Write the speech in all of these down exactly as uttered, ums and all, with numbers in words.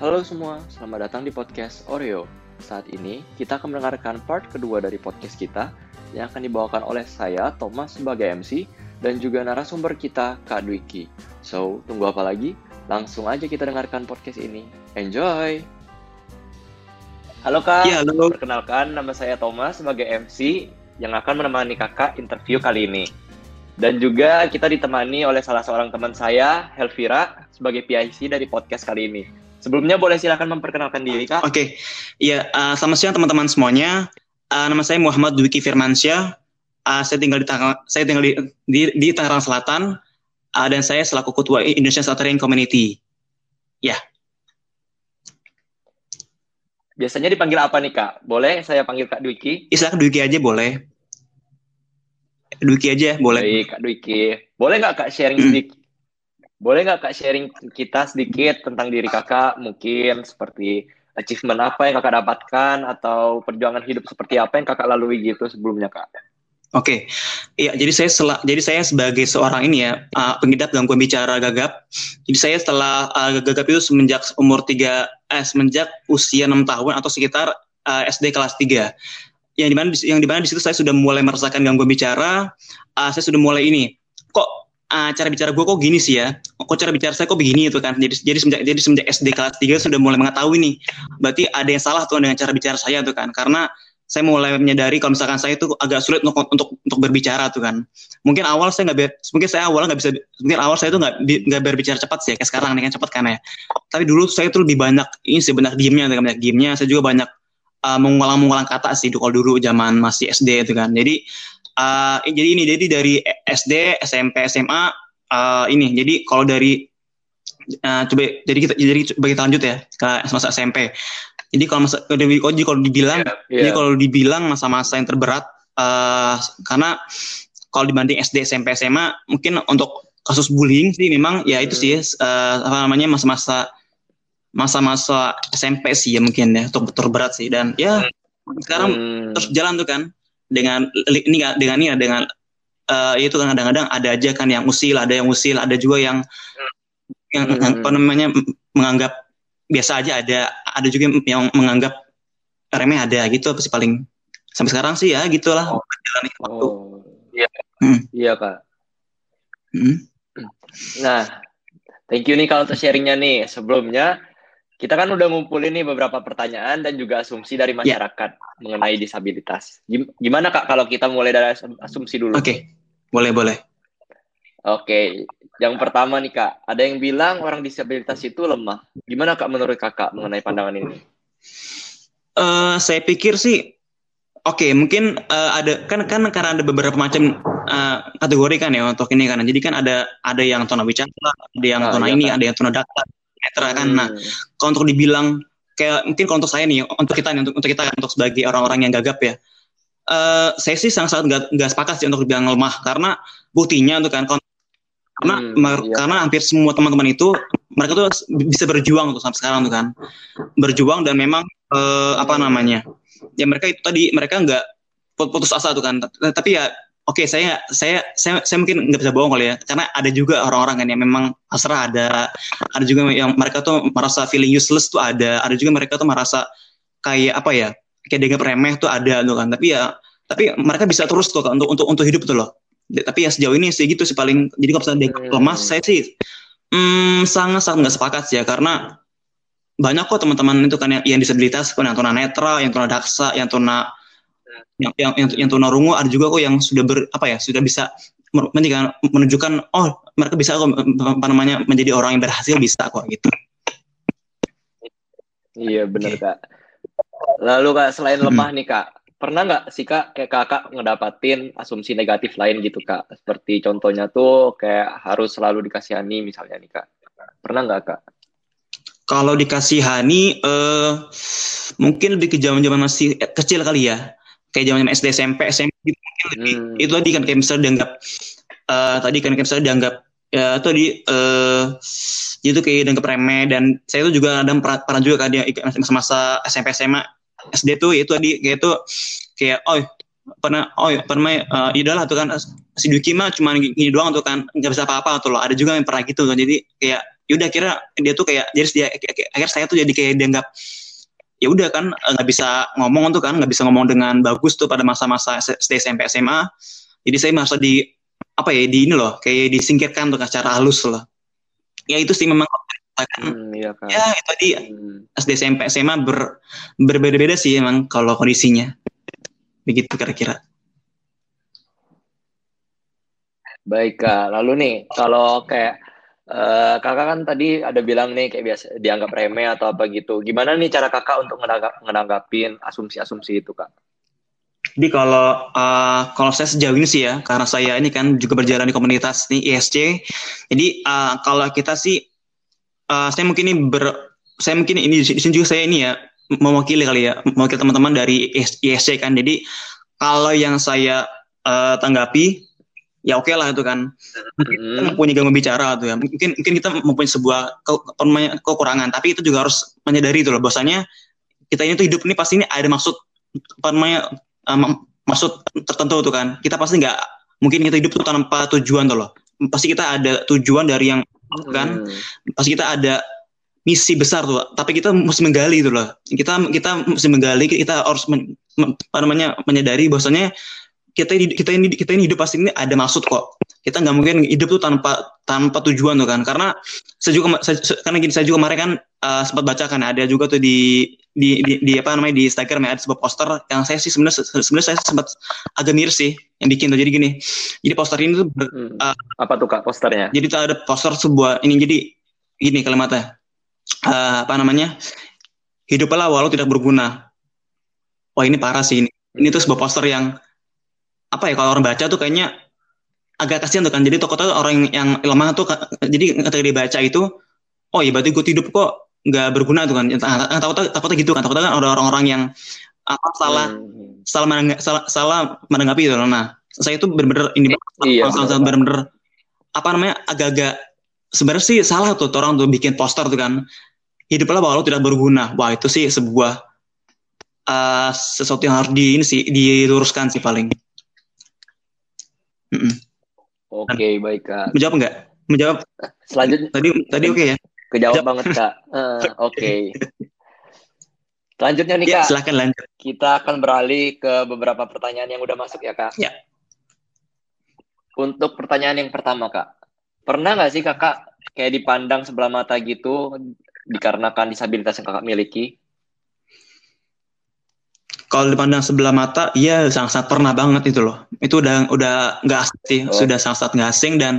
Halo semua, selamat datang di podcast Oreo. Saat ini kita akan mendengarkan part kedua dari podcast kita yang akan dibawakan oleh saya, Thomas, sebagai M C dan juga narasumber kita, Kak Dwiki. So, tunggu apa lagi? Langsung aja kita dengarkan podcast ini. Enjoy! Halo Kak, Ya, halo. perkenalkan nama saya Thomas sebagai M C yang akan menemani Kakak interview kali ini. Dan juga kita ditemani oleh salah seorang teman saya, Helvira, sebagai P I C dari podcast kali ini. Sebelumnya boleh silakan memperkenalkan diri, Kak. Oke, okay. ya uh, selamat siang teman-teman semuanya. Uh, nama saya Muhammad Dwiki Firmansyah. Uh, saya tinggal di Tangerang, saya tinggal di di, di Tangerang Selatan, uh, dan saya selaku ketua Indonesian Stuttering Community. Ya. Biasanya dipanggil apa nih, Kak? Boleh saya panggil Kak Dwiki? Silakan Dwiki aja boleh. Dwiki aja boleh. Baik, Kak Dwiki. Boleh nggak Kak sharing Mm. sedikit? Boleh nggak Kak sharing kita sedikit tentang diri Kakak? Mungkin seperti achievement apa yang Kakak dapatkan atau perjuangan hidup seperti apa yang Kakak lalui gitu sebelumnya, Kak? Oke, okay. Ya, jadi saya sel- jadi saya sebagai seorang ini ya uh, pengidap gangguan bicara gagap. Jadi saya setelah uh, gagap itu semenjak umur tiga, eh, semenjak usia enam tahun atau sekitar uh, S D kelas tiga. Yang dimana yang dimana di situ saya sudah mulai merasakan gangguan bicara. Uh, saya sudah mulai ini. Kok uh, cara bicara gue kok gini sih ya? Kok cara bicara saya kok begini itu kan? Jadi jadi semenjak jadi semenjak S D kelas tiga sudah mulai mengetahui nih. Berarti ada yang salah tuh dengan cara bicara saya tuh kan? Karena saya mulai menyadari kalau misalkan saya itu agak sulit untuk untuk untuk berbicara tuh kan. Mungkin awal saya nggak mungkin saya awalnya nggak bisa mungkin awal saya itu nggak nggak berbicara cepat sih ya, kayak sekarang nih kan cepat kan ya. Tapi dulu saya tuh lebih banyak ini sih banyak diemnya, banyak diemnya. Saya juga banyak uh, mengulang-mengulang kata sih kalau dulu zaman masih S D itu kan. Jadi uh, jadi ini jadi dari S D, S M P, S M A uh, ini. Jadi kalau dari uh, coba jadi kita jadi coba kita lanjut ya ke masa S M P. Jadi kalau masa kalau dibilang yeah, yeah. Jadi kalau dibilang masa-masa yang terberat uh, karena kalau dibanding S D, S M P, S M A mungkin untuk kasus bullying sih memang ya itu sih uh, apa namanya masa-masa masa-masa S M P sih ya mungkin ya untuk terberat sih dan ya hmm. sekarang hmm. terus jalan tuh kan dengan ini dengan ini dengan uh, itu kan kadang-kadang ada aja kan yang usil, ada yang usil, ada juga yang yang hmm. apa namanya menganggap biasa aja, ada ada juga yang menganggap remeh, ada gitu apa sih paling sampai sekarang sih ya gitulah oh. jalan waktu. Oh, iya, hmm. iya Kak. Hmm. Nah, thank you nih kalau untuk sharingnya nih. Sebelumnya kita kan udah ngumpulin nih beberapa pertanyaan dan juga asumsi dari masyarakat yeah. mengenai disabilitas. Gimana Kak kalau kita mulai dari asumsi dulu? Oke, okay. boleh boleh. Oke, yang pertama nih Kak, ada yang bilang orang disabilitas itu lemah. Gimana Kak menurut Kakak mengenai pandangan ini? Uh, saya pikir sih, oke okay, mungkin uh, ada kan kan karena ada beberapa macam uh, kategori kan ya untuk ini kan. Jadi kan ada ada yang tunawicara, ada yang nah, tuna iya, ini, kan? Ada yang tunadaksa, netra kan. Hmm. Nah, kalau untuk dibilang kayak mungkin kalau untuk saya nih, untuk kita nih, untuk untuk kita untuk sebagai orang-orang yang gagap ya, uh, saya sih sangat-sangat nggak nggak sepakat sih untuk dibilang lemah karena buktinya untuk kan. Karena hmm, mer- iya. karena hampir semua teman-teman itu mereka tuh bisa berjuang tuh sampai sekarang tuh kan berjuang dan memang eh, apa namanya ya mereka itu tadi mereka nggak putus asa tuh kan tapi ya oke okay, saya saya saya saya mungkin nggak bisa bohong kali ya karena ada juga orang-orang kan yang memang pasrah ada ada juga yang mereka tuh merasa feeling useless tuh ada ada juga mereka tuh merasa kayak apa ya kayak dianggap remeh tuh ada tuh kan tapi ya tapi mereka bisa terus tuh kan, untuk untuk untuk hidup tuh loh. Tapi ya sejauh ini sih gitu sih paling jadi kalau misalnya hmm. lemah saya sih hmm, sangat sangat nggak sepakat sih ya karena banyak kok teman-teman itu kan yang, yang disabilitas kan yang tunanetra, yang tunadaksa, yang tuna yang yang yang, yang tunarungu ada juga kok yang sudah ber apa ya sudah bisa menunjukkan menunjukkan oh mereka bisa kok apa namanya menjadi orang yang berhasil bisa kok gitu. Iya benar Kak. Lalu Kak selain hmm. lemah nih Kak. Pernah nggak sih Kak, kayak Kakak ngedapatin asumsi negatif lain gitu Kak? Seperti contohnya tuh kayak harus selalu dikasihani misalnya nih Kak. Pernah nggak Kak? Kalau dikasihani, eh, mungkin lebih ke zaman-zaman masih kecil kali ya. Kayak zaman S D, S M P, S M P gitu. Mungkin lebih, hmm. itu tadi kan kayak misalnya dianggap, uh, tadi kan kayak misalnya dianggap, ya itu di, uh, itu kayak dianggap remeh. Dan saya itu juga ada pernah juga kan dia masa-masa S M P, S M A. S D tuh itu tadi kayak itu kayak oh pernah oh pernah uh, idola tuh kan si Dwiki mah cuma gini doang tuh kan nggak bisa apa-apa tuh loh ada juga yang pernah gitu kan jadi kayak yaudah akhirnya dia tuh kayak jadi dia akhirnya saya tuh jadi kayak dianggap ya udah kan nggak bisa ngomong tuh kan nggak bisa ngomong dengan bagus tuh pada masa-masa S D S M P S M A. Jadi saya merasa di apa ya di ini loh kayak disingkirkan tuh secara halus loh. Ya itu sih memang Hmm, iya kan. ya itu tadi Hmm. S D S M P S M A ber, berbeda-beda sih emang kalau kondisinya begitu kira-kira. Baik Kak, lalu nih kalau kayak eh, kakak kan tadi ada bilang nih kayak biasa dianggap remeh atau apa gitu. Gimana nih cara kakak untuk ngedanggap, ngedanggapin asumsi-asumsi itu Kak? Jadi kalau uh, kalau saya sejauh ini sih ya, karena saya ini kan juga berjalan di komunitas nih I S C. Jadi uh, kalau kita sih, uh, saya mungkin ini ber, saya mungkin ini di sini juga saya ini ya mewakili kali ya, mewakili teman-teman dari I S C kan. Jadi kalau yang saya uh, tanggapi, ya oke okay lah itu kan. Mungkin kita Hmm. mempunyai gangguan bicara tuh ya. Mungkin mungkin kita mempunyai sebuah ke- ke- kekurangan, tapi itu juga harus menyadari itu loh, bahwasanya kita ini tuh hidup ini pasti ini ada maksud apa namanya um, maksud tertentu tuh kan. Kita pasti nggak mungkin kita hidup tuh tanpa tujuan tuh loh. Pasti kita ada tujuan dari yang kan. Hmm. Pasti kita ada misi besar tuh. Tapi kita mesti menggali itu loh. Kita kita mesti menggali. Kita harus men, apa namanya menyadari bahwasanya kita ini kita ini kita ini hidup pasti ini ada maksud kok. Kita nggak mungkin hidup tuh tanpa tanpa tujuan tuh kan. Karena saya juga saya, karena gini saya juga kemarin kan uh, sempat baca kan ada juga tuh di di, di di apa namanya di Instagram ada sebuah poster yang saya sih sebenarnya sebenarnya saya sempat agak miris sih yang bikin tuh. Jadi gini. Jadi poster ini tuh Hmm. uh, Apa tuh Kak posternya? jadi tuh ada poster sebuah ini jadi gini kalimatnya. Uh, apa namanya? Hiduplah walau tidak berguna. Wah ini parah sih ini. Ini tuh sebuah poster yang apa ya kalau orang baca tuh kayaknya agak kasihan tuh kan. Jadi tokoh-tokoh orang yang lemah tuh jadi ketika dia baca itu, oh iya berarti gue hidup kok nggak berguna tuh kan. Takutnya takutnya gitu kan. Takutnya kan ada orang-orang yang apa salah Hmm. salah menangga, salah, salah menanggapi itu loh. Nah, saya itu benar-benar ini Iya, sangat benar-benar apa namanya agak-agak sebenarnya sih salah tuh orang tuh bikin poster tuh kan. Hiduplah walau tidak berguna. Wah, itu sih sebuah uh, sesuatu yang harus di ini sih diluruskan sih paling. Mm-mm. Oke, baik Kak. Menjawab nggak? Menjawab. Selanjutnya Tadi tadi oke okay ya? kejawab Jawab. banget Kak. Uh, Oke. Okay. Selanjutnya nih Ya, Kak, silakan lanjut. kita akan beralih ke beberapa pertanyaan yang udah masuk ya Kak. Ya. Untuk pertanyaan yang pertama Kak, pernah nggak sih Kakak kayak dipandang sebelah mata gitu dikarenakan disabilitas yang Kakak miliki? Kalau dipandang sebelah mata, iya sangat-sangat pernah banget itu loh. Itu udah udah nggak asing sih, Oh. sudah sangat-sangat nggak asing dan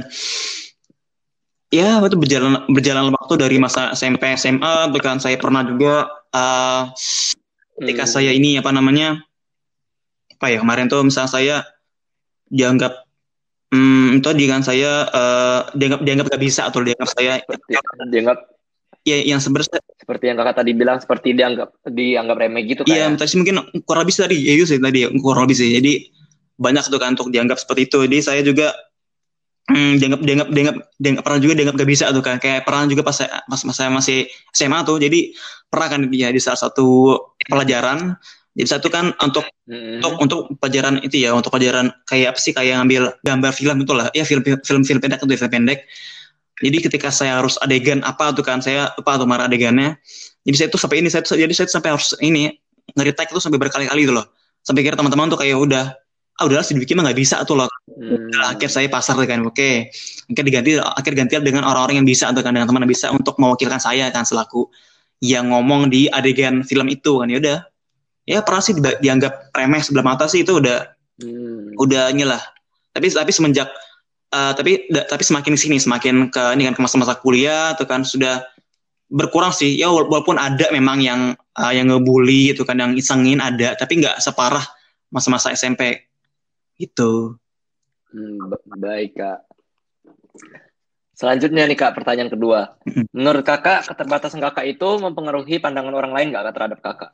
ya itu berjalan berjalan waktu dari masa S M P S M A, bahkan saya pernah juga uh, ketika Hmm. saya ini apa namanya apa ya kemarin tuh misalnya saya dianggap hmm, itu dengan saya uh, dianggap dianggap nggak bisa atau dianggap saya Seperti dianggap ya yang sebenarnya seperti yang Kakak tadi bilang seperti dianggap dianggap remeh gitu Kak iya ya? tadi mungkin kurang lebih tadi ya itu sih tadi kurang lebih sih. Jadi banyak tuh kan untuk dianggap seperti itu. Jadi saya juga hmm, dianggap dianggap dianggap dianggap pernah juga dianggap gak bisa tuh kan. Kayak pernah juga pas saya, pas saya masih S M A tuh. Jadi pernah kan dia di salah satu pelajaran. Jadi satu kan untuk Hmm. untuk untuk pelajaran itu ya, untuk pelajaran kayak apa sih kayak ngambil gambar film itulah. Ya film film film pendek atau film pendek. Jadi ketika saya harus adegan apa tuh kan, saya lupa tuh marah adegannya. Jadi saya tuh sampai ini, saya tuh, jadi saya tuh sampai harus ini nge-retake tuh sampai berkali-kali tuh loh. Sampai kira teman-teman tuh kayak udah, ah udahlah si Dwiki mah nggak bisa tuh loh. Hmm. Akhir saya pasar tuh kan, oke. Akhir diganti, akhir ganti dengan orang-orang yang bisa tuh kan, dengan teman yang bisa untuk mewakilkan saya kan selaku yang ngomong di adegan film itu kan. Ya udah, ya pernah sih di- dianggap remeh sebelah mata sih itu udah, Hmm. udah nyelah. Tapi tapi semenjak Uh, tapi da, tapi semakin sini semakin ke ini kan ke masa-masa kuliah tuh kan sudah berkurang sih ya walaupun ada memang yang uh, yang ngebully gitu kan yang isengin ada tapi nggak separah masa-masa S M P gitu. Hmm, ba- baik Kak. Selanjutnya nih Kak, pertanyaan kedua. Mm-mm. Menurut Kakak, keterbatasan Kakak itu mempengaruhi pandangan orang lain nggak Kak, terhadap Kakak?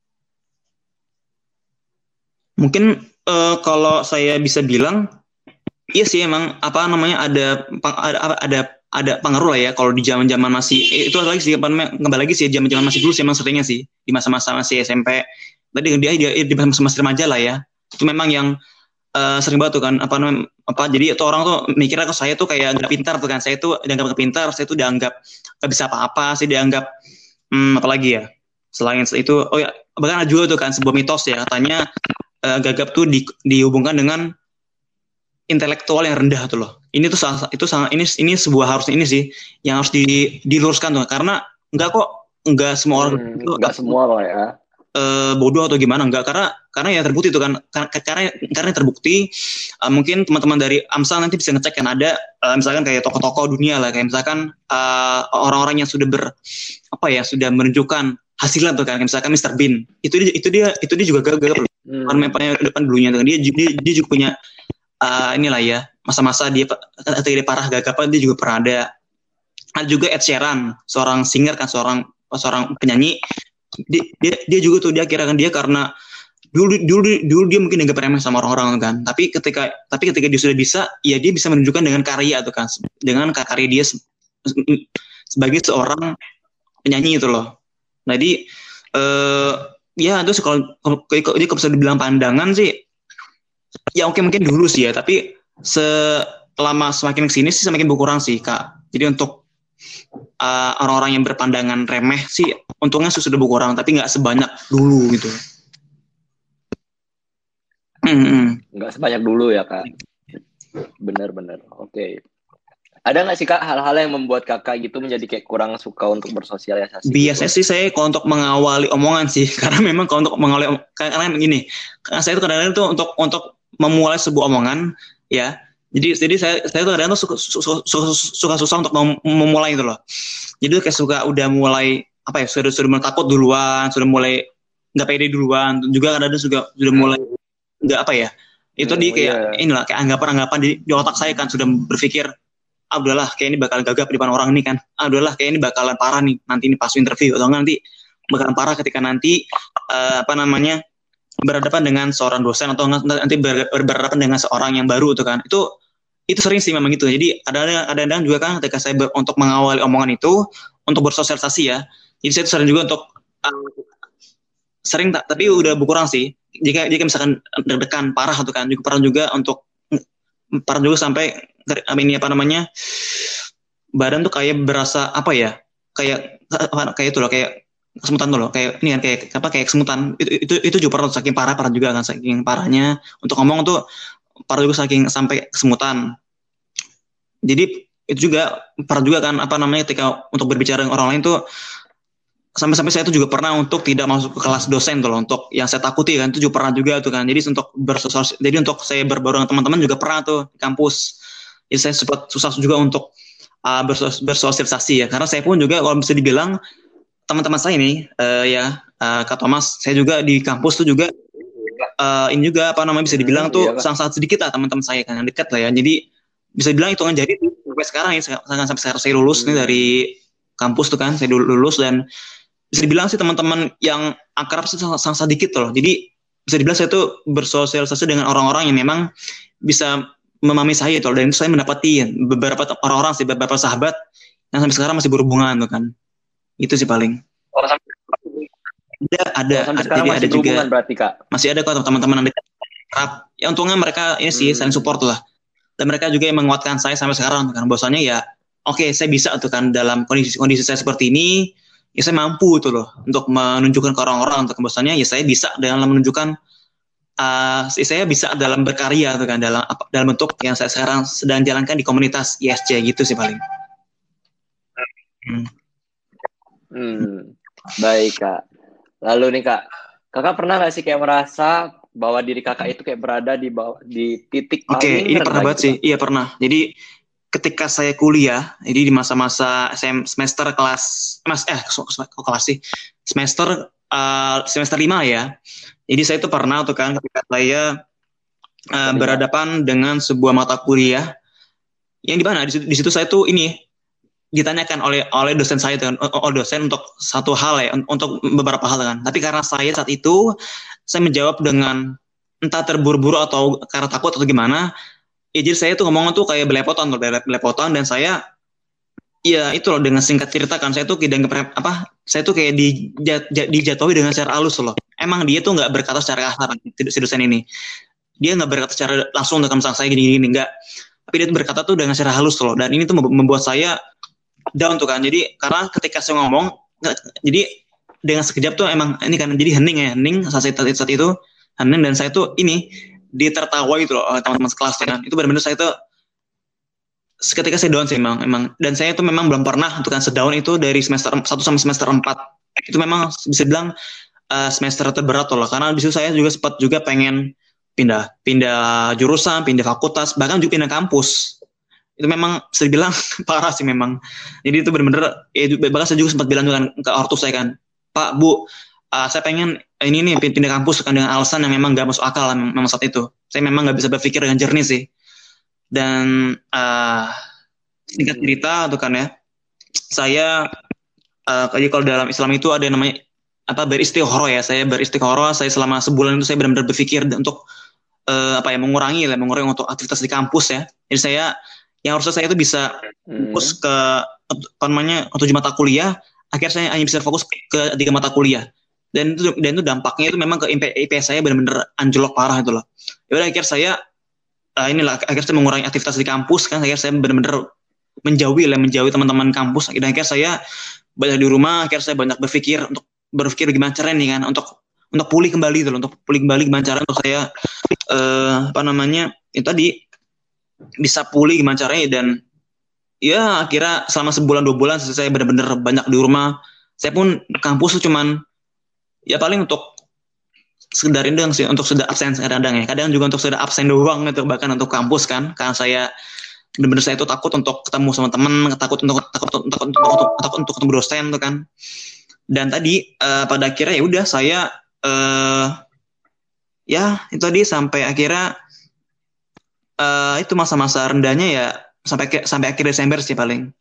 Mungkin uh, kalau saya bisa bilang iya sih emang apa namanya ada ada ada, ada pengaruh lah ya kalau di zaman-zaman masih itu lagi sih apa namanya kembali lagi sih zaman-zaman masih dulu sih emang seringnya sih di masa-masa masih S M P tadi dia, dia di masa-masa remaja lah ya itu memang yang uh, sering banget tuh kan apa namanya apa jadi itu orang tuh mikirnya kok saya tuh kayak nggak pintar tuh kan, saya tuh dianggap nggak pintar, saya tuh dianggap nggak bisa apa-apa, saya dianggap hmm, apalagi ya selain itu. Oh ya, bahkan ada juga tuh kan sebuah mitos ya, katanya uh, gagap tuh di, dihubungkan dengan intelektual yang rendah tuh loh. Ini tuh sangat, itu sangat ini ini sebuah harusnya ini sih yang harus di, diluruskan tuh, karena nggak kok nggak semua orang Hmm, itu nggak semua Pak ya. uh, bodoh atau gimana, enggak, karena karena ya terbukti itu kan, karena karena terbukti uh, mungkin teman-teman dari AMSA nanti bisa ngecek kan, ada uh, misalkan kayak tokoh-tokoh dunia lah, kayak misalkan uh, orang-orang yang sudah ber apa ya sudah menunjukkan hasilnya tuh kan, kayak misalkan mister Bean itu dia itu dia itu dia juga gagal Hmm. kan, mempernya ke depan dulunya tuh kan. dia dia, dia juga punya uh, inilah ya masa-masa dia ketika dia parah gagapan, dia juga pernah ada. Ada juga Ed Sheeran, seorang singer kan, seorang seorang penyanyi. Dia, dia, dia juga tuh dia kira kan dia karena dulu dulu dulu dia mungkin dianggap remeh sama orang-orang kan, tapi ketika tapi ketika dia sudah bisa, ya dia bisa menunjukkan dengan karya tuh kan, dengan karya dia se, sebagai seorang penyanyi itu loh. Jadi eh, ya itu kalau kalau dia bisa dibilang pandangan sih ya oke mungkin dulu sih ya, tapi selama semakin kesini sih semakin berkurang sih Kak. Jadi untuk uh, orang-orang yang berpandangan remeh sih untungnya sudah berkurang, tapi nggak sebanyak dulu gitu. Mm-hmm. Nggak sebanyak dulu ya Kak. Bener-bener. Oke. Okay. Ada nggak sih Kak hal-hal yang membuat Kakak gitu menjadi kayak kurang suka untuk bersosialisasi? Biasanya gitu? sih saya kalau untuk mengawali omongan sih, karena memang kalau untuk mengawali karena begini, karena saya itu kadang-kadang tuh untuk untuk memulai sebuah omongan ya. Jadi jadi saya saya tuh kadang-kadang suka, suka, suka susah untuk memulai itu loh. Jadi kayak suka udah mulai apa ya sudah sudah mulai takut duluan, sudah mulai nggak pede duluan, juga kadang-kadang juga sudah mulai nggak apa ya. Itu hmm, di kayak yeah. inilah kayak anggapan-anggapan di, di otak saya kan sudah berpikir, ah udahlah kayak ini bakal gagap di depan orang ini kan, ah udahlah kayak ini bakalan parah nih nanti ini pas interview, atau nanti bakalan parah ketika nanti uh, apa namanya berhadapan dengan seorang dosen, atau nanti ber, berhadapan dengan seorang yang baru tuh kan. Itu itu sering sih memang gitu. Jadi ada ada juga kan ketika saya ber, untuk mengawali omongan itu untuk bersosialisasi ya. Jadi saya sering juga untuk uh, sering tak tapi udah berkurang sih. Jika jika misalkan deg-degan parah tuh kan, juga pernah juga untuk parah juga sampai ini apa namanya badan tuh kayak berasa apa ya kayak kayak itu loh, kayak kesemutan tuh loh, kayak ini kan kayak apa kayak kesemutan itu itu itu juga pernah saking parah parah juga kan, saking parahnya untuk ngomong tuh parah juga saking sampai kesemutan. Jadi itu juga pernah juga kan apa namanya ketika untuk berbicara dengan orang lain tuh sampai-sampai saya tuh juga pernah untuk tidak masuk ke kelas dosen tuh loh, untuk yang saya takuti kan itu juga pernah juga tuh kan. Jadi untuk bersosial jadi untuk saya berbaur dengan teman-teman juga pernah tuh di kampus. Jadi saya sempat susah juga untuk uh, bersos- bersosialisasi ya, karena saya pun juga kalau bisa dibilang teman-teman saya ini uh, ya uh, Kak Thomas, saya juga di kampus tuh juga uh, ini juga apa namanya bisa dibilang hmm, tuh iya, sangat-sangat sedikit lah teman-teman saya kan yang dekat lah ya. Jadi bisa dibilang hitungan jari sampai sekarang ya, sampai sekarang saya lulus hmm. nih dari kampus tuh kan, saya lulus dan bisa dibilang sih teman-teman yang akrab sih sangat, sangat sedikit loh. Jadi bisa dibilang saya tuh bersosialisasi dengan orang-orang yang memang bisa memahami saya itu, dan saya mendapati beberapa orang-orang sih, beberapa sahabat yang sampai sekarang masih berhubungan tuh kan. Itu sih paling. Oh, sampai ada ada, oh, sampai ada jadi ada juga berarti Kak. Masih ada kok teman-teman yang dekat. Ya untungnya mereka ini sih hmm. saling support lah. Dan mereka juga yang menguatkan saya sampai sekarang kan. Bahwasanya ya oke okay, saya bisa tuh kan dalam kondisi kondisi saya seperti ini, ya saya mampu tuh loh untuk menunjukkan ke orang-orang untuk bahwasanya ya saya bisa dalam menunjukkan uh, saya bisa dalam berkarya tuh kan, dalam dalam bentuk yang saya sekarang sedang jalankan di komunitas I S C gitu sih paling. Hmm. Hmm, baik Kak. Lalu nih Kak, Kakak pernah nggak sih kayak merasa bahwa diri Kakak itu kayak berada di bawah di titik paling Oke, okay, ini pernah banget gitu, sih. Kak? Iya pernah. Jadi ketika saya kuliah, jadi di masa-masa semester kelas mas eh kok kelas sih semester uh, semester lima ya. Jadi saya itu pernah tuh kan ketika saya uh, berhadapan dengan sebuah mata kuliah yang di mana di situ, di situ saya tuh ini ditanyakan oleh oleh dosen saya kan, oleh dosen untuk satu hal ya, untuk beberapa hal kan. Tapi karena saya saat itu saya menjawab dengan entah terburu-buru atau karena takut atau gimana, ya jadi saya tuh ngomongnya tuh kayak belepotan tuh, belepotan dan saya ya itu loh dengan singkat cerita kan saya tuh tidak apa, saya tuh kayak dijat, dijatuhi dengan secara halus loh. Emang dia tuh nggak berkata secara kasar si dosen ini. Dia nggak berkata secara langsung dengan saya gini-gini, nggak. tapi dia tuh berkata tuh dengan secara halus loh, dan ini tuh membuat saya down tuh kan. Jadi karena ketika saya ngomong, jadi dengan sekejap tuh emang ini kan jadi hening ya, hening saat, saat, saat itu hening, dan saya tuh ini ditertawa gitu loh teman-teman sekelasnya kan. Itu benar-benar saya tuh ketika saya down sih emang, emang dan saya tuh memang belum pernah tuh kan sedown itu dari semester satu sampai semester empat. Itu memang bisa bilang uh, semester terberat loh, karena di situ saya juga sempat juga pengen pindah pindah jurusan, pindah fakultas, bahkan juga pindah kampus. Itu memang bisa dibilang parah sih memang. Jadi itu benar-benar ya, bahkan saya juga sempat bilang dengan ke ortu saya kan, Pak, Bu, uh, saya pengen ini nih pindah kampus kan, dengan alasan yang memang gak masuk akal memang saat itu. Saya memang gak bisa berpikir dengan jernih sih. Dan uh, singkat cerita tuh kan ya, saya uh, jadi kalau dalam Islam itu ada yang namanya apa beristighoroh ya. Saya beristighoroh, saya selama sebulan itu saya benar-benar berpikir untuk uh, apa ya mengurangi lah, mengurangi untuk aktivitas di kampus ya. Jadi saya yang harusnya saya itu bisa fokus ke apa namanya tujuh mata kuliah, akhirnya saya hanya bisa fokus ke tiga mata kuliah. Dan itu dan itu dampaknya itu memang ke I P S saya benar-benar anjlok parah itu loh. Ya udah akhirnya saya uh, inilah akhirnya saya mengurangi aktivitas di kampus kan, akhirnya saya benar-benar menjauhi lah menjauhi teman-teman kampus. Dan akhirnya saya banyak di rumah, akhirnya saya banyak berpikir untuk berpikir gimana caranya nih kan untuk untuk pulih kembali tuh, untuk pulih kembali gimana cara untuk saya uh, apa namanya itu tadi bisa pulih gimana caranya. Dan ya akhirnya selama sebulan dua bulan saya benar-benar banyak di rumah. Saya pun kampus tuh cuman ya paling untuk sekedar ini doang sih, untuk sudah absen kadang-kadang ya, kadang juga untuk sudah absen doang gitu, bahkan untuk kampus kan, karena saya benar-benar saya itu takut untuk ketemu sama teman, takut untuk takut untuk takut untuk takut untuk, takut untuk ketemu dosen tuh kan. Dan tadi uh, pada akhirnya ya udah saya uh, ya itu tadi sampai akhirnya uh, itu masa-masa rendahnya ya sampai sampai akhir Desember sih paling.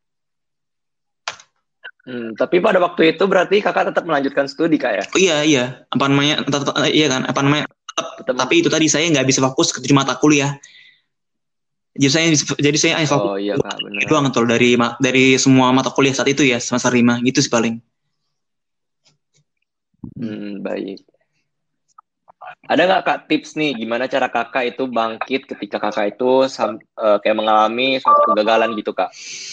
Hmm, tapi pada waktu itu berarti kakak tetap melanjutkan studi kak ya? Oh, iya iya apa namanya tetap, iya kan apa namanya tetap, tetap. Tapi itu tadi saya nggak bisa fokus ke tujuh mata kuliah. Jadi saya jadi saya hanya fokus oh, iya, kak, bener. doang tuh dari dari semua mata kuliah saat itu ya semester lima gitu sih paling. Hmm, baik. Ada nggak kak tips nih gimana cara kakak itu bangkit ketika kakak itu sam, uh, kayak mengalami suatu kegagalan gitu kak?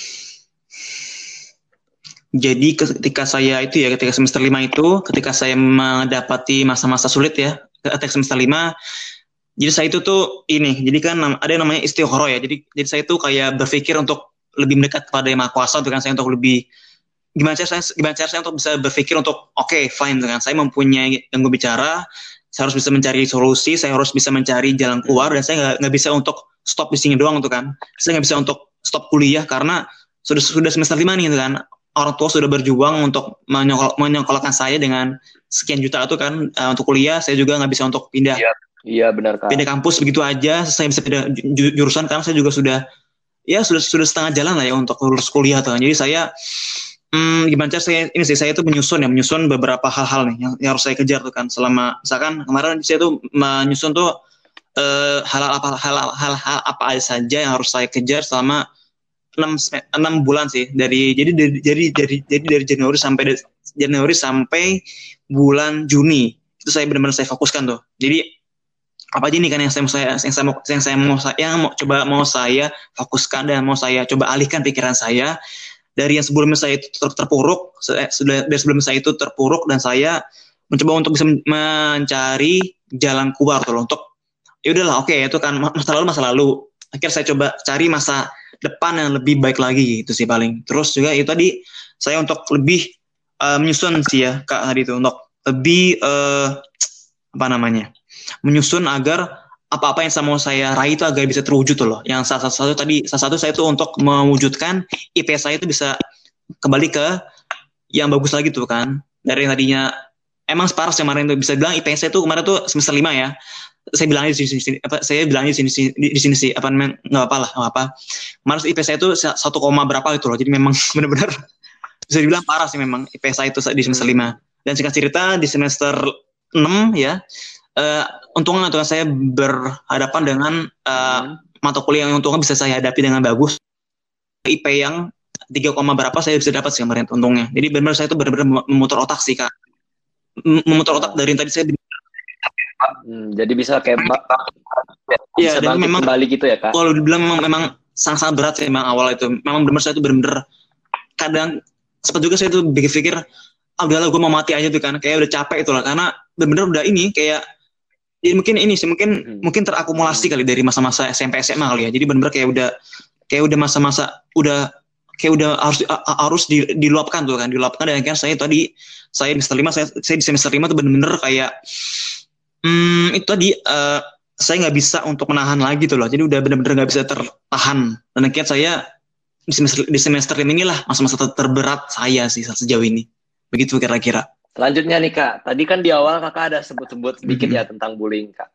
Jadi ketika saya itu ya ketika semester lima itu ketika saya mendapati masa-masa sulit ya ketika semester lima, jadi saya itu tuh ini jadi kan ada yang namanya istighoroh ya. Jadi jadi saya itu kayak berpikir untuk lebih mendekat kepada Yang Maha Kuasa dengan saya untuk lebih gimana cara saya gimana cara saya untuk bisa berpikir untuk oke okay, fine dengan saya mempunyai gangguan bicara, saya harus bisa mencari solusi, saya harus bisa mencari jalan keluar, dan saya nggak nggak bisa untuk stop di sini doang tuh kan. Saya nggak bisa untuk stop kuliah karena sudah sudah semester lima nih gitu kan. Orang tua sudah berjuang untuk menyokol, menyekolahkan saya dengan sekian juta itu kan uh, untuk kuliah. Saya juga nggak bisa untuk pindah. Iya, iya benar kak. Pindah kampus begitu aja. Saya bisa pindah jurusan karena saya juga sudah ya sudah sudah setengah jalan lah ya untuk lulus kuliah tuh kan. Jadi saya hmm, gimana cara saya ini sih saya itu menyusun ya menyusun beberapa hal-hal nih yang, yang harus saya kejar tuh kan selama misalkan kemarin saya tuh menyusun tuh uh, hal-hal apa hal-hal hal-hal apa aja saja yang harus saya kejar selama enam bulan sih dari jadi dari jadi dari jadi dari Januari sampai Januari sampai bulan Juni itu saya benar-benar saya fokuskan tuh. Jadi apa aja nih kan yang saya saya yang saya mau yang saya mau yang mau coba mau saya fokuskan dan mau saya coba alihkan pikiran saya dari yang sebelumnya saya itu ter, terpuruk saya, sudah dari sebelum saya itu terpuruk dan saya mencoba untuk bisa mencari jalan keluar tuh loh, untuk ya udahlah oke okay, itu kan masa lalu masa lalu akhirnya saya coba cari masa depan yang lebih baik lagi itu sih paling. Terus juga itu tadi saya untuk lebih uh, menyusun sih ya kak tadi itu untuk lebih uh, apa namanya menyusun agar apa-apa yang saya mau saya raih itu agar bisa terwujud tuh loh. Yang salah satu tadi salah satu saya itu untuk mewujudkan I P S saya itu bisa kembali ke yang bagus lagi tuh kan. Dari yang tadinya emang separas kemarin tuh bisa bilang I P S saya tuh kemarin tuh semester lima ya. Saya bilangnya di sini, sini apa saya bilangnya di sini di, di sini sih apa namanya nggak apa lah nggak apa. Malas I P S saya itu satu koma berapa gitu loh. Jadi memang benar-benar bisa dibilang parah sih memang I P S saya itu di semester lima. Dan singkat cerita di semester enam ya uh, untungnya tuh saya berhadapan dengan uh, mata kuliah yang untungnya bisa saya hadapi dengan bagus. I P yang tiga, berapa saya bisa dapat sih kemarin untungnya. Jadi benar-benar saya itu benar-benar memutar otak sih kak. Memutar otak dari yang tadi saya Hmm, jadi bisa kayak Iya, bisa dan bangkit memang kembali gitu ya Kak? kalau dibilang memang, memang sangat-sangat berat sih memang awal itu. Memang benar saya itu benar-benar kadang sempat juga saya tuh pikir-pikir, ah udahlah gue mau mati aja tuh kan, kayak udah capek itu lah, karena benar-benar udah ini kayak ya mungkin ini sih mungkin Hmm. mungkin terakumulasi kali dari masa-masa S M P S M A kali ya. Jadi benar-benar kayak udah kayak udah masa-masa udah kayak udah harus harus di, diluapkan tuh kan, diluapkan dan akhirnya saya tadi saya di semester lima saya, saya di semester lima tuh benar-benar kayak hmm, itu tadi uh, saya nggak bisa untuk menahan lagi tuh loh. Jadi udah benar-benar nggak bisa tertahan dan akhirnya saya di semester di semester lima inilah masa-masa ter- terberat saya sih sejauh ini. Begitu kira-kira. Selanjutnya nih Kak, tadi kan di awal Kakak ada sebut-sebut sedikit Mm-hmm. ya tentang bullying Kak.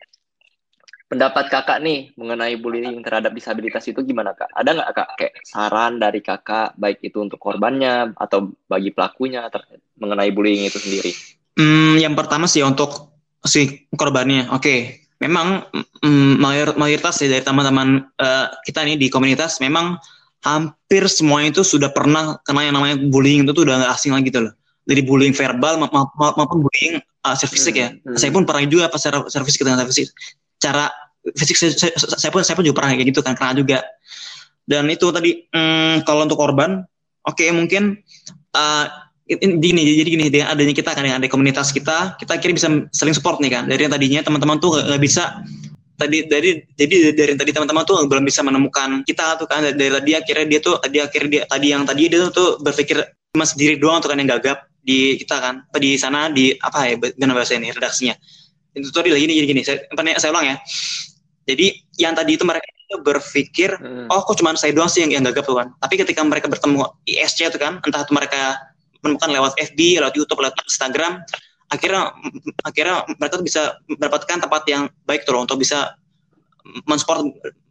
Pendapat Kakak nih mengenai bullying terhadap disabilitas itu gimana Kak? Ada nggak Kak kayak saran dari Kakak baik itu untuk korbannya atau bagi pelakunya ter- mengenai bullying itu sendiri? Hmm, yang pertama sih untuk si korbannya. Oke, okay. Memang mm, mayor, mayoritas ya dari teman-teman uh, kita nih di komunitas memang hampir semuanya itu sudah pernah kena yang namanya bullying, itu tuh udah nggak asing lagi gitu loh. Dari bullying verbal ma- ma- ma- maupun bullying uh, secara fisik ya. Hmm, hmm. Saya pun pernah juga pas secara, secara fisik dengan fisik. Cara fisik saya, saya, saya pun saya pun juga pernah kayak gitu kan, kena juga. Dan itu tadi hmm, kalau untuk korban, oke okay, mungkin uh, gini, jadi gini dengan adanya kita kan, dengan ada komunitas kita, kita kira bisa saling support nih kan. Dari yang tadinya teman-teman tuh nggak bisa tadi dari jadi dari tadi teman-teman tuh belum bisa menemukan kita tuh kan, dari tadi akhirnya dia tuh tadi akhirnya dia tadi yang tadi dia tuh berpikir cuma sendiri doang tuh kan yang gagap di kita kan, apa di sana di apa ya benar bahasa ini redaksinya itu tadi lagi gini gini saya saya ulang ya. Jadi yang tadi itu mereka berpikir hmm. oh kok cuma saya doang sih yang, yang gagap tuh kan, tapi ketika mereka bertemu I S C tuh kan, entah itu mereka menemukan lewat F B, lewat YouTube, lewat Instagram, akhirnya akhirnya mereka tuh bisa mendapatkan tempat yang baik tuh loh untuk bisa mensupport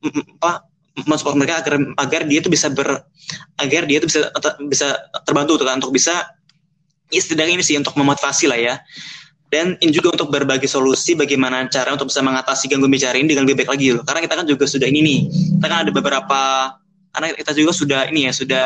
apa mensupport mereka agar agar dia tuh bisa ber agar dia tuh bisa bisa terbantu tuh kan, untuk bisa istilahnya ini sih untuk memotivasi lah ya, dan ini juga untuk berbagi solusi bagaimana cara untuk bisa mengatasi gangguan bicara ini dengan lebih baik lagi loh, karena kita kan juga sudah ini nih kita kan ada beberapa karena kita juga sudah ini ya sudah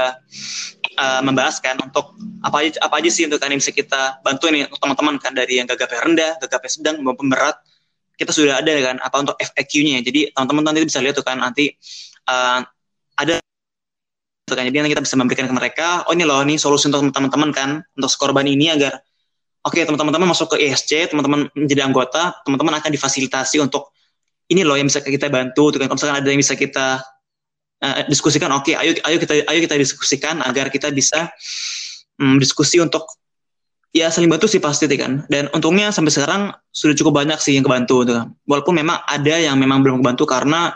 uh, membahas kan untuk apa aja apa aja sih untuk kan yang bisa kita bantu nih teman-teman kan, dari yang gagapnya rendah, gagapnya sedang maupun berat, kita sudah ada kan apa untuk F A Q-nya. Jadi teman-teman nanti bisa lihat tuh kan nanti uh, ada tuh kan, jadi nanti kita bisa memberikan ke mereka, oh ini loh ini solusi untuk teman-teman kan untuk korban ini agar oke okay, teman-teman masuk ke I S C, teman-teman menjadi anggota, teman-teman akan difasilitasi untuk ini loh yang bisa kita bantu tuh kan, kalau misalkan ada yang bisa kita Uh, diskusikan, oke, okay, ayo ayo kita ayo kita diskusikan agar kita bisa um, diskusi untuk ya saling bantu sih pasti kan. Dan untungnya sampai sekarang sudah cukup banyak sih yang kebantu tuh. Walaupun memang ada yang memang belum kebantu karena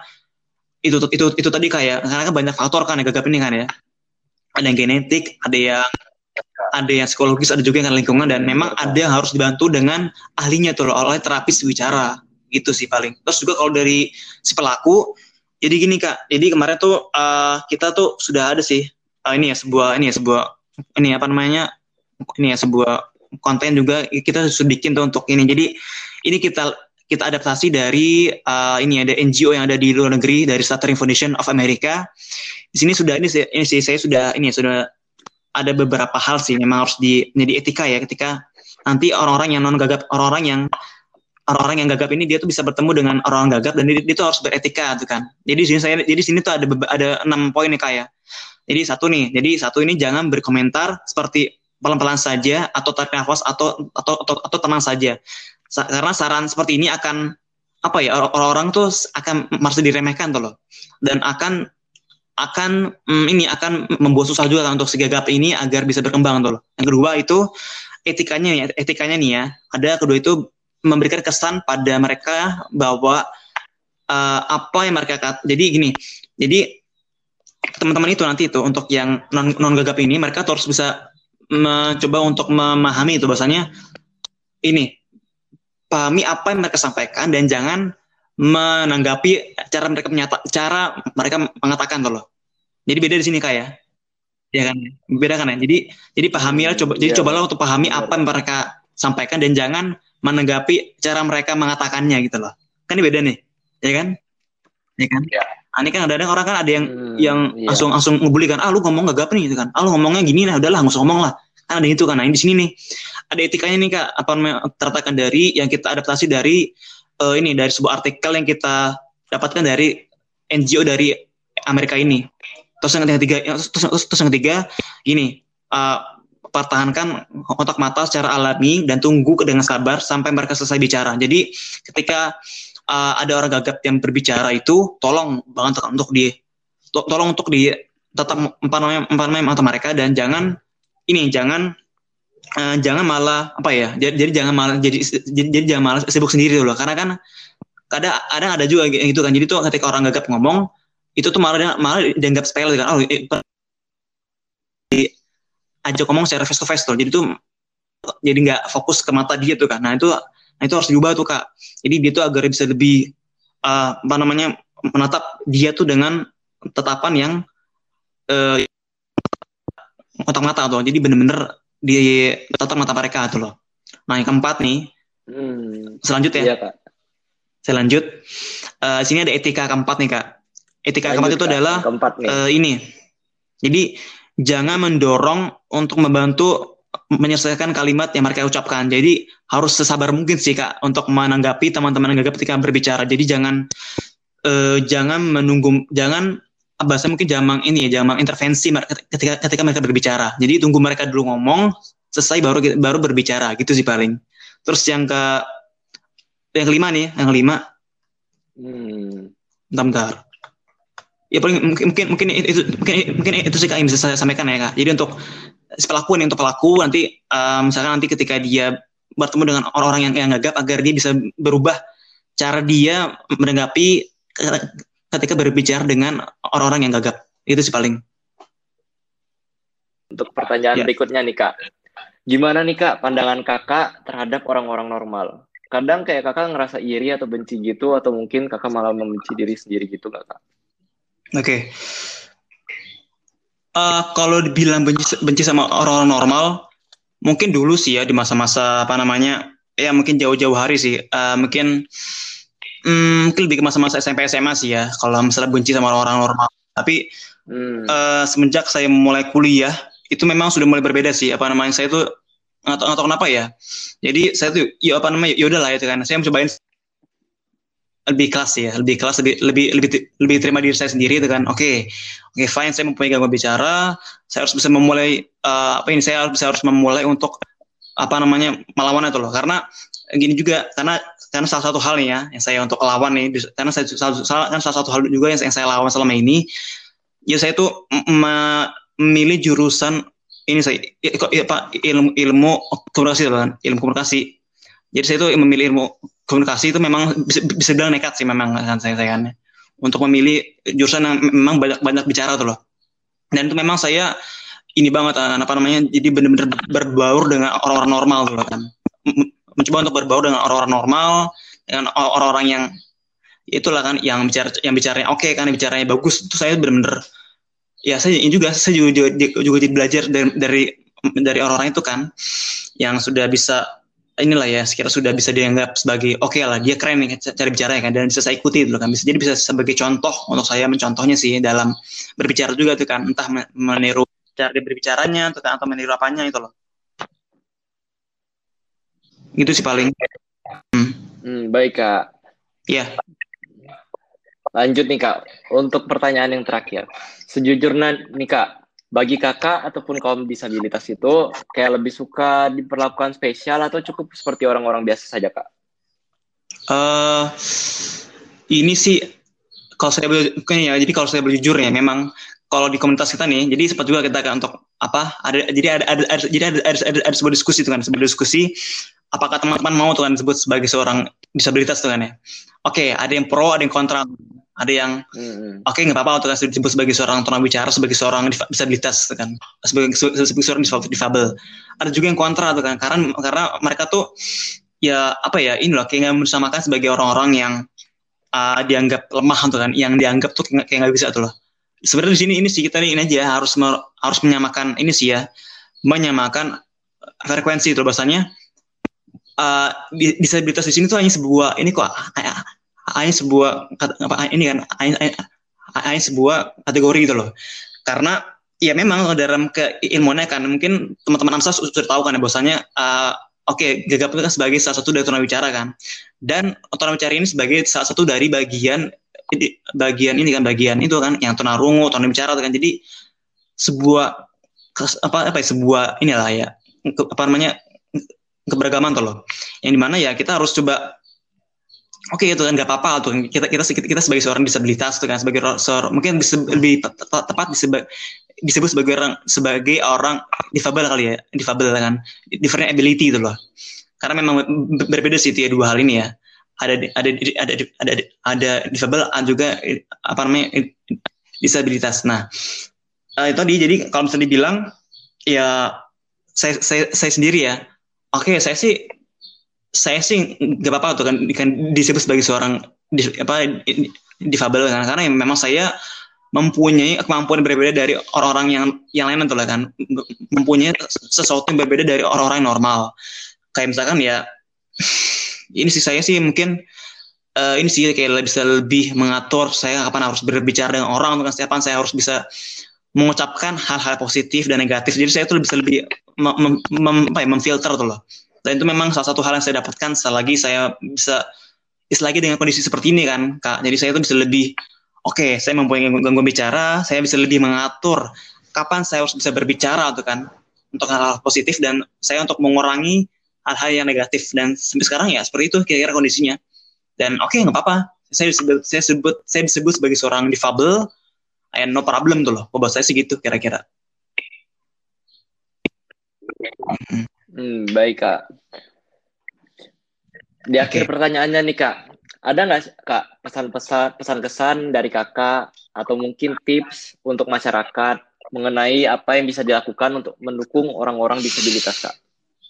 itu itu itu tadi kayak karena kan banyak faktor kan yang gagap ini kan ya. Ada yang genetik, ada yang ada yang psikologis, ada juga yang lingkungan, dan memang ada yang harus dibantu dengan ahlinya tuh loh, oleh terapis bicara gitu sih paling. Terus juga kalau dari si pelaku, jadi gini Kak, jadi kemarin tuh uh, kita tuh sudah ada sih uh, ini ya sebuah ini ya sebuah ini apa namanya ini ya sebuah konten juga kita sudah bikin tuh untuk ini. Jadi ini kita kita adaptasi dari uh, ini ada N G O yang ada di luar negeri, dari Stuttering Foundation of America. Di sini sudah ini sih ini sih saya sudah ini sudah ada beberapa hal sih memang harus di menjadi etika ya, ketika nanti orang-orang yang non gagap orang-orang yang orang-orang yang gagap ini dia tuh bisa bertemu dengan orang gagap dan dia, dia tuh harus beretika tuh kan. Jadi sini saya jadi sini tuh ada ada enam poin nih Kak ya. Jadi satu nih, jadi satu ini jangan berkomentar seperti pelan-pelan saja atau tarik nafas atau atau atau, atau tenang saja. Sa- karena saran seperti ini akan apa ya, orang-orang tuh akan merasa diremehkan tuh loh. Dan akan akan mm, ini akan membuat susah juga kan untuk si gagap ini agar bisa berkembang tuh loh. Yang kedua itu etikanya ya, etikanya nih ya. Ada kedua itu memberikan kesan pada mereka bahwa uh, apa yang mereka kata. Jadi gini, jadi teman-teman itu nanti itu untuk yang non non gagap ini mereka terus bisa mencoba untuk memahami itu bahasanya ini pahami apa yang mereka sampaikan dan jangan menanggapi cara mereka menyata cara mereka mengatakan tuh loh. Jadi beda di sini Kak ya. Ya kan, beda kan ya. Jadi jadi pahamilah coba jadi yeah. cobalah untuk pahami apa yang mereka sampaikan dan jangan menanggapi cara mereka mengatakannya gitu loh. Kan ini beda nih, ya kan? Ya kan? Ya. Nah, ini kan ada orang kan ada yang hmm, yang iya. langsung langsung ngebully kan. Ah lu ngomong gagap nih gitu kan. Ah lu ngomongnya gini lah, udahlah nggak usah ngomong lah. Kan ada itu kan. Nah, di sini nih ada etikanya nih Kak, apa namanya terletakkan dari yang kita adaptasi dari uh, ini dari sebuah artikel yang kita dapatkan dari N G O dari Amerika ini. Terus yang ketiga, terus, terus, terus yang ketiga, gini, uh, pertahankan kontak mata secara alami dan tunggu dengan sabar sampai mereka selesai bicara. Jadi ketika uh, ada orang gagap yang berbicara itu, tolong banget untuk di, to, tolong untuk di tetap empat namanya empat namanya mata mereka dan jangan ini jangan uh, jangan malah apa ya, jadi, jadi jangan malah jadi jadi, jadi jangan malah sibuk sendiri loh, karena kan kadang ada ada juga gitu kan. Jadi tuh ketika orang gagap ngomong itu tuh malah malah dianggap sepele kan. Oh, eh, ajak ngomong secara face to face tuh. Jadi tuh jadi nggak fokus ke mata dia tuh kan. Nah itu nah itu harus diubah tuh Kak. Jadi dia tuh agar bisa lebih uh, apa namanya menatap dia tuh dengan tatapan yang uh, kontak mata tuh. Jadi bener-bener di tatap mata mereka tuh loh. Nah yang keempat nih. Hmm. Selanjutnya. Iya Kak. Saya lanjut. Uh, sini ada etika keempat nih Kak. Etika lanjut, keempat itu Kak. Adalah uh, ini. Jadi jangan mendorong untuk membantu menyelesaikan kalimat yang mereka ucapkan. Jadi harus sesabar mungkin sih Kak untuk menanggapi teman-teman yang gagap ketika berbicara. Jadi jangan uh, jangan menunggu, jangan bahasa mungkin jangan ini ya, jangan intervensi ketika ketika mereka berbicara. Jadi tunggu mereka dulu ngomong, selesai baru baru berbicara gitu sih paling. Terus yang ke yang kelima nih, yang kelima. Hmm. Bentar-bentar. Ya paling mungkin mungkin mungkin itu mungkin mungkin itu sih Kak yang bisa saya sampaikan ya Kak. Jadi untuk pelaku nih, untuk pelaku nanti um, misalkan nanti ketika dia bertemu dengan orang-orang yang yang gagap agar dia bisa berubah cara dia menanggapi ketika berbicara dengan orang-orang yang gagap. Itu sih paling. Untuk pertanyaan ya. Berikutnya nih Kak. Gimana nih Kak pandangan Kakak terhadap orang-orang normal? Kadang kayak Kakak ngerasa iri atau benci gitu, atau mungkin Kakak malah membenci diri sendiri gitu nggak Kak? Oke, okay. uh, kalau dibilang benci, benci sama orang-orang normal, mungkin dulu sih ya di masa-masa apa namanya, ya mungkin jauh-jauh hari sih, uh, mungkin, um, mungkin lebih ke masa-masa S M P S M A sih ya, kalau misalnya benci sama orang-orang normal. Tapi hmm. uh, semenjak saya mulai kuliah, itu memang sudah mulai berbeda sih, apa namanya, saya tuh nggak tahu kenapa ya. Jadi saya tuh, ya apa namanya, ya udahlah itu kan, saya mencobain lebih kelas ya, lebih kelas, lebih lebih lebih lebih terima diri saya sendiri itu kan. Oke, okay. oke okay, fine, saya mempunyai gangguan bicara, saya harus bisa memulai uh, apa ini, saya harus saya harus memulai untuk apa namanya melawan itu loh. Karena gini juga, karena karena salah satu hal nih ya yang saya untuk lawan nih, karena saya salah, kan salah satu hal juga yang, yang saya lawan selama ini, ya saya tuh memilih jurusan ini saya ya, Pak ilmu ilmu komunikasi kan, ilmu komunikasi. Jadi saya tuh memilih ilmu komunikasi itu memang bisa, bisa bilang nekat sih memang kan saya saya kan untuk memilih jurusan yang memang banyak banyak bicara tuh loh. Dan itu memang saya ini banget apa namanya, jadi benar-benar berbaur dengan orang-orang normal tuh loh kan. Mencoba untuk berbaur dengan orang-orang normal, dengan orang-orang yang itulah kan yang bicara yang bicaranya oke okay, kan, bicaranya bagus. Itu saya benar-benar ya saya juga saya juga juga, juga belajar dari dari dari orang-orang itu kan yang sudah bisa inilah ya, sekira sudah bisa dianggap sebagai oke okay lah, dia keren nih cara bicaranya kan, dan bisa saya ikuti dulu kan, bisa jadi bisa sebagai contoh untuk saya mencontohnya sih dalam berbicara juga tuh kan, entah meniru cara dia berbicaranya atau, atau meniru apanya itu loh. Gitu sih paling. Hmm. Hmm, baik Kak. Iya. Lanjut nih Kak, untuk pertanyaan yang terakhir. Sejujurnya nih Kak, bagi Kakak ataupun kaum disabilitas itu kayak lebih suka diperlakukan spesial atau cukup seperti orang-orang biasa saja Kak? Uh, ini sih kalau saya boleh ya, jadi kalau saya boleh jujur ya, memang kalau di komunitas kita nih, jadi sempat juga kita kan untuk apa? Ada jadi ada ada, ada jadi ada ada, ada, ada sebuah diskusi tuh kan, sebuah diskusi apakah teman-teman mau tuh kan disebut sebagai seorang disabilitas tuh kan ya. Oke, okay, ada yang pro, ada yang kontra. Ada yang hmm. oke okay, nggak apa-apa untuk disebut sebagai seorang tunawicara, sebagai seorang disabilitas kan, sebagai, sebagai seorang difabel. Ada juga yang kontra tuh kan, karena karena mereka tuh ya apa ya, ini loh kayak nggak bersamakan sebagai orang-orang yang uh, dianggap lemah tuh kan, yang dianggap tuh kayak nggak bisa tuh loh. Sebenarnya di sini ini sih kita ini aja harus me, harus menyamakan ini sih ya, menyamakan frekuensi itu bahasanya. Uh, disabilitas di sini tuh hanya sebuah ini kok. hanya sebuah apa ini kan hanya, hanya sebuah kategori gitu loh, karena ya memang dalam keilmuannya kan mungkin teman-teman AMSA sudah tahu kan ya bahwasanya uh, oke okay, gagap itu kan sebagai salah satu dari tunawicara kan, dan tunawicara ini sebagai salah satu dari bagian bagian ini kan bagian itu kan yang tunarungu, tunawicara kan. Jadi sebuah apa apa ya, sebuah inilah ya ke, apa namanya keberagaman tuh loh. Yang dimana ya kita harus coba oke okay, itu kan nggak apa-apa tuh kita kita kita sebagai seorang disabilitas tuh kan sebagai seorang mungkin bisa lebih tepat disebut disebut sebagai orang sebagai orang difabel kali ya difabel kan different ability itu loh karena memang berbeda sih itu ya dua hal ini ya ada ada ada ada ada difabel ada juga apa namanya disabilitas. Nah itu tadi jadi kalau misalnya dibilang ya saya saya saya sendiri ya oke okay, saya sih saya sih nggak apa-apa tuh kan, kan disebut sebagai seorang di, apa difabel kan karena memang saya mempunyai kemampuan berbeda dari orang-orang yang yang lain tuh lah kan mempunyai sesuatu yang berbeda dari orang-orang yang normal kayak misalkan ya ini sih saya sih mungkin uh, ini sih kayak bisa lebih mengatur saya kapan harus berbicara dengan orang atau kapan saya harus bisa mengucapkan hal-hal positif dan negatif jadi saya tuh bisa lebih mem, mem, mem, apa ya, memfilter tuh loh. Dan itu memang salah satu hal yang saya dapatkan selagi saya bisa selagi dengan kondisi seperti ini kan Kak. Jadi saya tuh bisa lebih oke, okay, saya mempunyai gangguan bicara, saya bisa lebih mengatur kapan saya harus bisa berbicara tuh kan untuk hal-hal positif dan saya untuk mengurangi hal-hal yang negatif dan sampai sekarang ya seperti itu kira-kira kondisinya. Dan oke okay, nggak apa-apa. Saya disebut saya sebut saya disebut sebagai seorang difabel and no problem tuh loh. Buat saya sih gitu kira-kira. Hmm, baik Kak. Di akhir okay. pertanyaannya nih Kak, ada nggak Kak pesan-pesan pesan-kesan dari Kakak atau mungkin tips untuk masyarakat mengenai apa yang bisa dilakukan untuk mendukung orang-orang disabilitas Kak?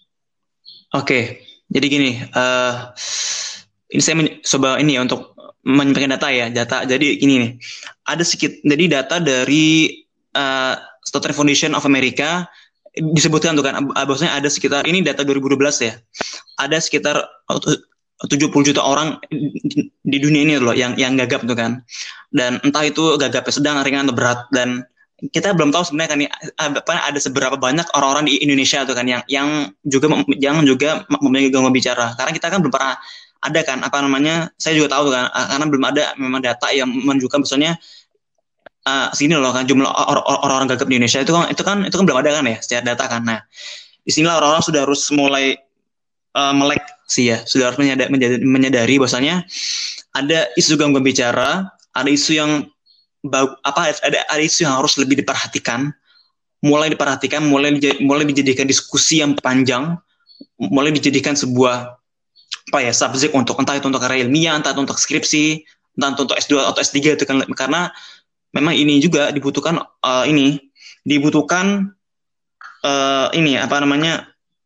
Oke, okay. Jadi gini, uh, ini saya men- coba ini ya untuk menyampaikan data ya, data. Jadi gini nih, ada sedikit, jadi data dari uh, Stuttgart Foundation of America disebutkan tuh kan, bahwasanya ada sekitar ini data dua ribu dua belas ya, ada sekitar tujuh puluh juta orang di dunia ini loh yang yang gagap tuh kan, dan entah itu gagapnya sedang, ringan atau berat dan kita belum tahu sebenarnya kan apa ada seberapa banyak orang-orang di Indonesia tuh kan yang yang juga yang juga memiliki gangguan bicara karena kita kan belum pernah ada kan apa namanya saya juga tahu tuh kan karena belum ada memang data yang menunjukkan misalnya Uh, segini loh kan jumlah orang-orang gagap di Indonesia itu kan itu kan itu kan belum ada kan ya secara data kan. Nah di sinilah orang-orang sudah harus mulai uh, melek sih ya sudah harus menyadari, menyadari bahwasanya ada isu gangguan bicara, ada isu yang apa ada ada isu yang harus lebih diperhatikan, mulai diperhatikan, mulai mulai dijadikan diskusi yang panjang, mulai dijadikan sebuah apa ya subjek untuk entah itu untuk karya ilmiah, entah itu untuk skripsi, entah itu untuk S dua atau S tiga itu kan karena memang ini juga dibutuhkan uh, ini dibutuhkan uh, ini apa namanya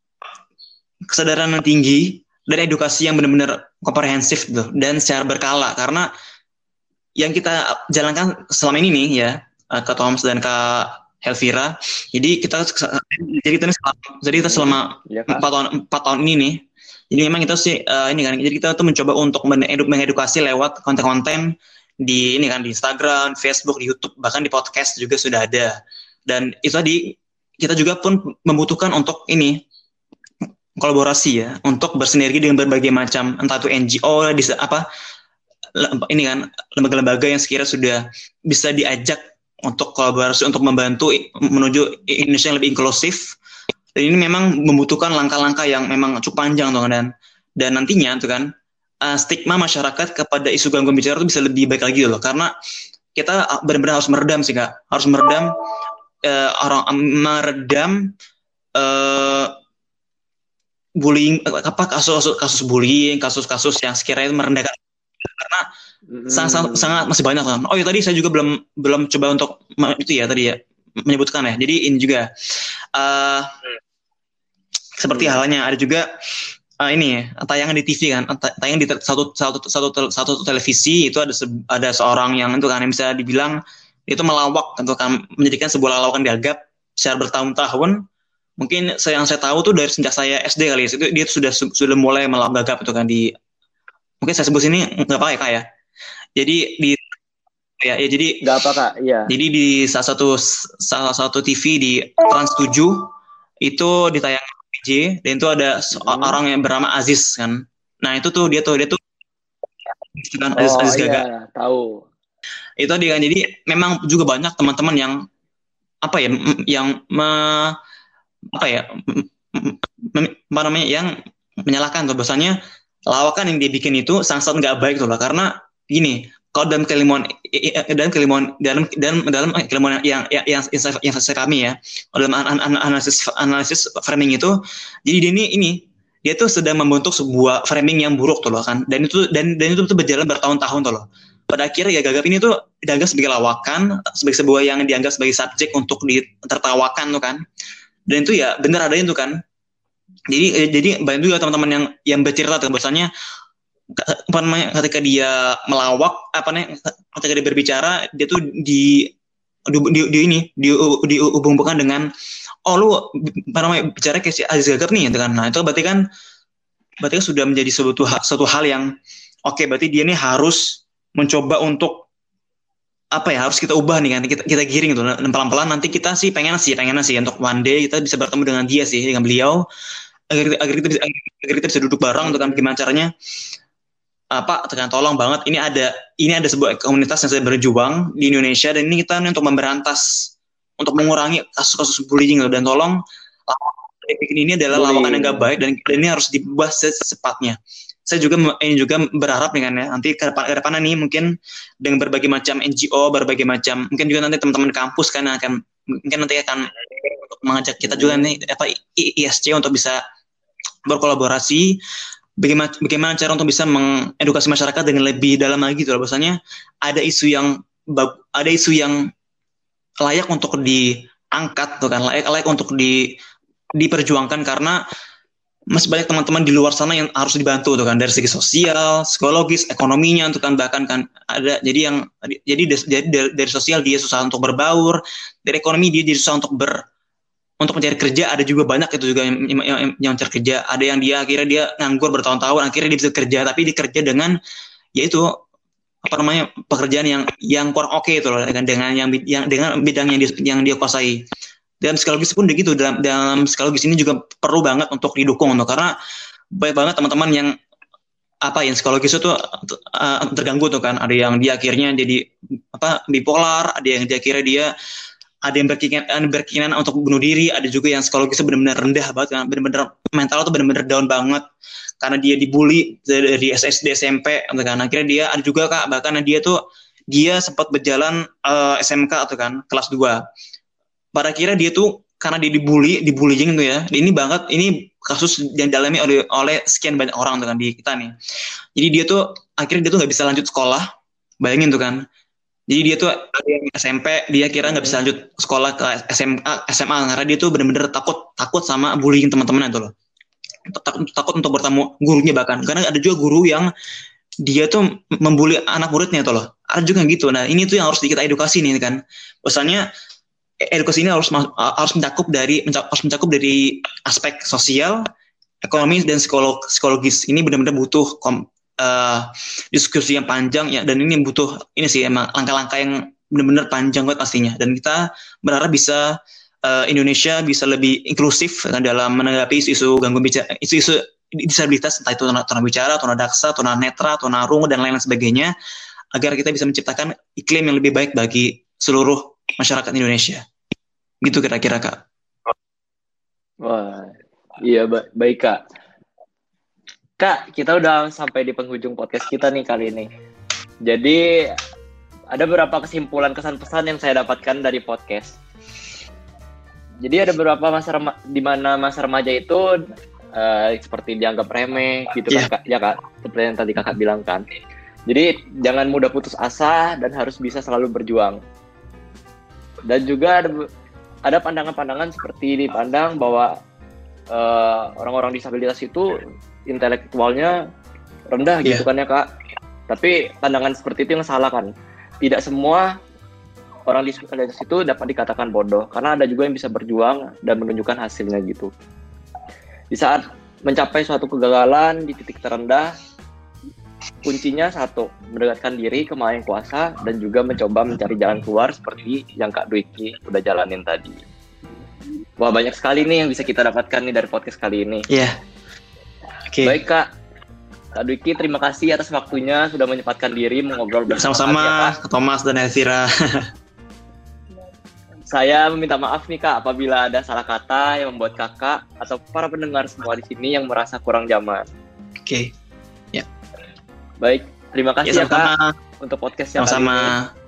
kesadaran yang tinggi dan edukasi yang benar-benar komprehensif gitu dan secara berkala karena yang kita jalankan selama ini nih ya uh, Kak Thomas dan Kak Helvira jadi kita jadi kita selama, jadi kita selama empat tahun empat tahun ini nih jadi memang kita sih uh, ini kan jadi kita tuh mencoba untuk mengedukasi lewat konten-konten di ini kan di Instagram, Facebook, di YouTube, bahkan di podcast juga sudah ada. Dan itu tadi kita juga pun membutuhkan untuk ini kolaborasi ya, untuk bersinergi dengan berbagai macam entah itu N G O di apa ini kan lembaga-lembaga yang sekiranya sudah bisa diajak untuk kolaborasi untuk membantu menuju Indonesia yang lebih inklusif. Dan ini memang membutuhkan langkah-langkah yang memang cukup panjang tuh dan dan nantinya tuh kan Uh, stigma masyarakat kepada isu gangguan bicara itu bisa lebih baik lagi loh karena kita benar-benar harus meredam sih Kak harus meredam uh, orang meredam uh, bullying apa kasus kasus bullying kasus-kasus yang sekiranya merendahkan karena hmm. sangat, sangat masih banyak kan. Oh ya tadi saya juga belum belum coba untuk itu ya tadi ya menyebutkan ya jadi ini juga uh, seperti hmm. halnya ada juga Uh, ini ya tayangan di T V kan tayang di satu satu satu satu televisi itu ada se, ada seorang yang itu kan yang bisa dibilang itu melawak untuk kan menjadikan sebuah lawakan gagap secara bertahun-tahun mungkin yang saya tahu tuh dari sejak saya S D kali ya itu dia sudah sudah mulai melawak gagap itu kan di mungkin saya sebut sini nggak apa ya Kak ya jadi di ya, ya jadi nggak apa Kak ya jadi di salah satu salah satu T V di Trans tujuh itu ditayang dan itu ada hmm. orang yang bernama Aziz kan. Nah itu tuh dia tuh dia tuh kan Aziz, Oh Aziz Gaga. iya, tahu. Itu dia kan, jadi memang juga banyak teman-teman yang apa ya, m- yang me, apa ya, m- m- m- apa namanya, yang menyalahkan tuh bahwasanya lawakan yang dia bikin itu sangat-sangat nggak baik tuh lah, karena gini, kalau dalam keilmuan i- i- dalam keilmuan dalam dalam dalam keilmuan yang yang yang, yang, yang saya kami ya, dalam an- an- analisis analisis framing itu, jadi dia ini ini dia tuh sedang membentuk sebuah framing yang buruk tuh loh kan, dan itu dan dan itu tuh berjalan bertahun-tahun tuh loh. Pada akhirnya ya Gagap ini tuh dianggap sebagai lawakan, sebagai sebuah yang dianggap sebagai subjek untuk ditertawakan tuh kan, dan itu ya benar adanya tuh kan. Jadi eh, jadi banyak juga teman-teman yang yang bercerita tuh bahwasanya ke- apa namanya, ketika dia melawak apa namanya, ketika dia berbicara dia tuh di di, di, di ini di, dihubungkan dengan, oh lu apa namanya, bicara kayak si Aziz Gagap nih gitu kan. Nah itu berarti kan berarti kan sudah menjadi suatu ha- suatu hal yang oke, berarti dia nih harus mencoba untuk apa ya, harus kita ubah nih kan, kita kita giring gitu, dan pelan-pelan nanti kita sih pengen sih pengen sih untuk one day kita bisa bertemu dengan dia sih, dengan beliau, agar kita, agar kita bisa agar kita bisa duduk bareng untuk kan, gimana caranya apa, tekan tolong banget, ini ada ini ada sebuah komunitas yang sedang berjuang di Indonesia, dan ini kita nih untuk memberantas, untuk mengurangi kasus-kasus bullying gitu, dan tolong ini adalah lawakan yang gak baik, dan, dan ini harus diubah secepatnya. Saya juga ini juga berharap dengan ya nanti ke depan, ke depan nih mungkin dengan berbagai macam N G O, berbagai macam, mungkin juga nanti teman-teman kampus kan akan mungkin nanti akan mengajak kita juga nih apa I S C untuk bisa berkolaborasi, bagaimana bagaimana cara untuk bisa mengedukasi masyarakat dengan lebih dalam lagi tuh, bahwasanya ada isu yang ada isu yang layak untuk diangkat tuh kan, layak layak untuk di diperjuangkan, karena masih banyak teman-teman di luar sana yang harus dibantu tuh kan, dari segi sosial, psikologis, ekonominya tuh kan, bahkan kan ada jadi yang jadi jadi dari, dari sosial dia susah untuk berbaur, dari ekonomi dia jadi susah untuk ber untuk mencari kerja, ada juga banyak itu juga yang yang, yang, yang mencari kerja, ada yang dia akhirnya dia nganggur bertahun-tahun, akhirnya dia bisa kerja, tapi dia kerja dengan yaitu apa namanya, pekerjaan yang yang kurang oke okay itu loh, dengan dengan yang yang dengan bidang yang dia, yang dia kuasai. Dan psikologis pun begitu, dalam dalam psikologis ini juga perlu banget untuk didukung tuh, karena banyak banget teman-teman yang apa yang psikologis itu uh, terganggu tuh kan, ada yang dia akhirnya jadi apa bipolar, ada yang dia akhirnya dia ada yang berkeinginan berkeinginan untuk bunuh diri, ada juga yang psikologisnya benar-benar rendah banget kan, benar-benar mental tuh benar-benar down banget karena dia dibully dari S D S M P kan, akhirnya dia ada juga kak, bahkan dia tuh dia sempat berjalan uh, S M K atau kan kelas dua. Pada akhirnya dia tuh karena dia dibully, dibullying tuh ya. Ini banget, ini kasus yang dialami oleh oleh sekian banyak orang tuh kan di kita nih. Jadi dia tuh akhirnya dia tuh nggak bisa lanjut sekolah, bayangin tuh kan. Jadi dia tuh ada yang S M P, dia kira nggak bisa lanjut sekolah ke S M A, S M A karena dia tuh benar-benar takut takut sama bullying teman-temannya tuh loh. Takut takut untuk bertemu gurunya bahkan. Karena ada juga guru yang dia tuh membuli anak muridnya tuh loh. Ada juga gitu. Nah ini tuh yang harus kita edukasi nih kan. Misalnya edukasi ini harus harus mencakup dari harus mencakup dari aspek sosial, ekonomi dan psikolog, psikologis. Ini benar-benar butuh kom, uh, diskusi yang panjang ya, dan ini butuh ini sih emang langkah-langkah yang benar-benar panjang banget pastinya. Dan kita berharap bisa uh, Indonesia bisa lebih inklusif kan, dalam menanggapi isu-isu gangguan bicara, isu-isu disabilitas, entah itu tunawicara, tunadaksa, tunanetra, tunarungu dan lain-lain sebagainya, agar kita bisa menciptakan iklim yang lebih baik bagi seluruh masyarakat Indonesia. Gitu kira-kira kak. Wah, iya ba- baik kak. Kak, kita udah sampai di penghujung podcast kita nih kali ini. Jadi ada beberapa kesimpulan kesan-pesan yang saya dapatkan dari podcast. Jadi ada beberapa masa rema- di mana masa remaja itu uh, seperti dianggap remeh gitu Yeah. kan kak, ya kak, seperti yang tadi kakak bilang kan. Jadi jangan mudah putus asa dan harus bisa selalu berjuang. Dan juga ada ada pandangan-pandangan seperti dipandang bahwa uh, orang-orang disabilitas itu intelektualnya rendah gitu Yeah. kan ya kak. Tapi pandangan seperti itu yang salah kan. Tidak semua orang disabilitas itu dapat dikatakan bodoh, karena ada juga yang bisa berjuang dan menunjukkan hasilnya gitu. Di saat mencapai suatu kegagalan di titik terendah, kuncinya satu, mendekatkan diri ke Maha Yang Kuasa dan juga mencoba mencari jalan keluar seperti yang Kak Dwiki udah jalanin tadi. Wah, banyak sekali nih yang bisa kita dapatkan nih dari podcast kali ini. Iya. Yeah. Oke. Okay. Baik Kak, Kak Dwiki, terima kasih atas waktunya sudah menyempatkan diri mengobrol bersama Sama-sama, Kak Thomas dan Elvira. Saya meminta maaf nih Kak apabila ada salah kata yang membuat Kakak atau para pendengar semua di sini yang merasa kurang nyaman. Oke. Ya. Baik, terima kasih Ya, ya, Kak sama-sama. untuk podcast yang kali ini. Sama-sama.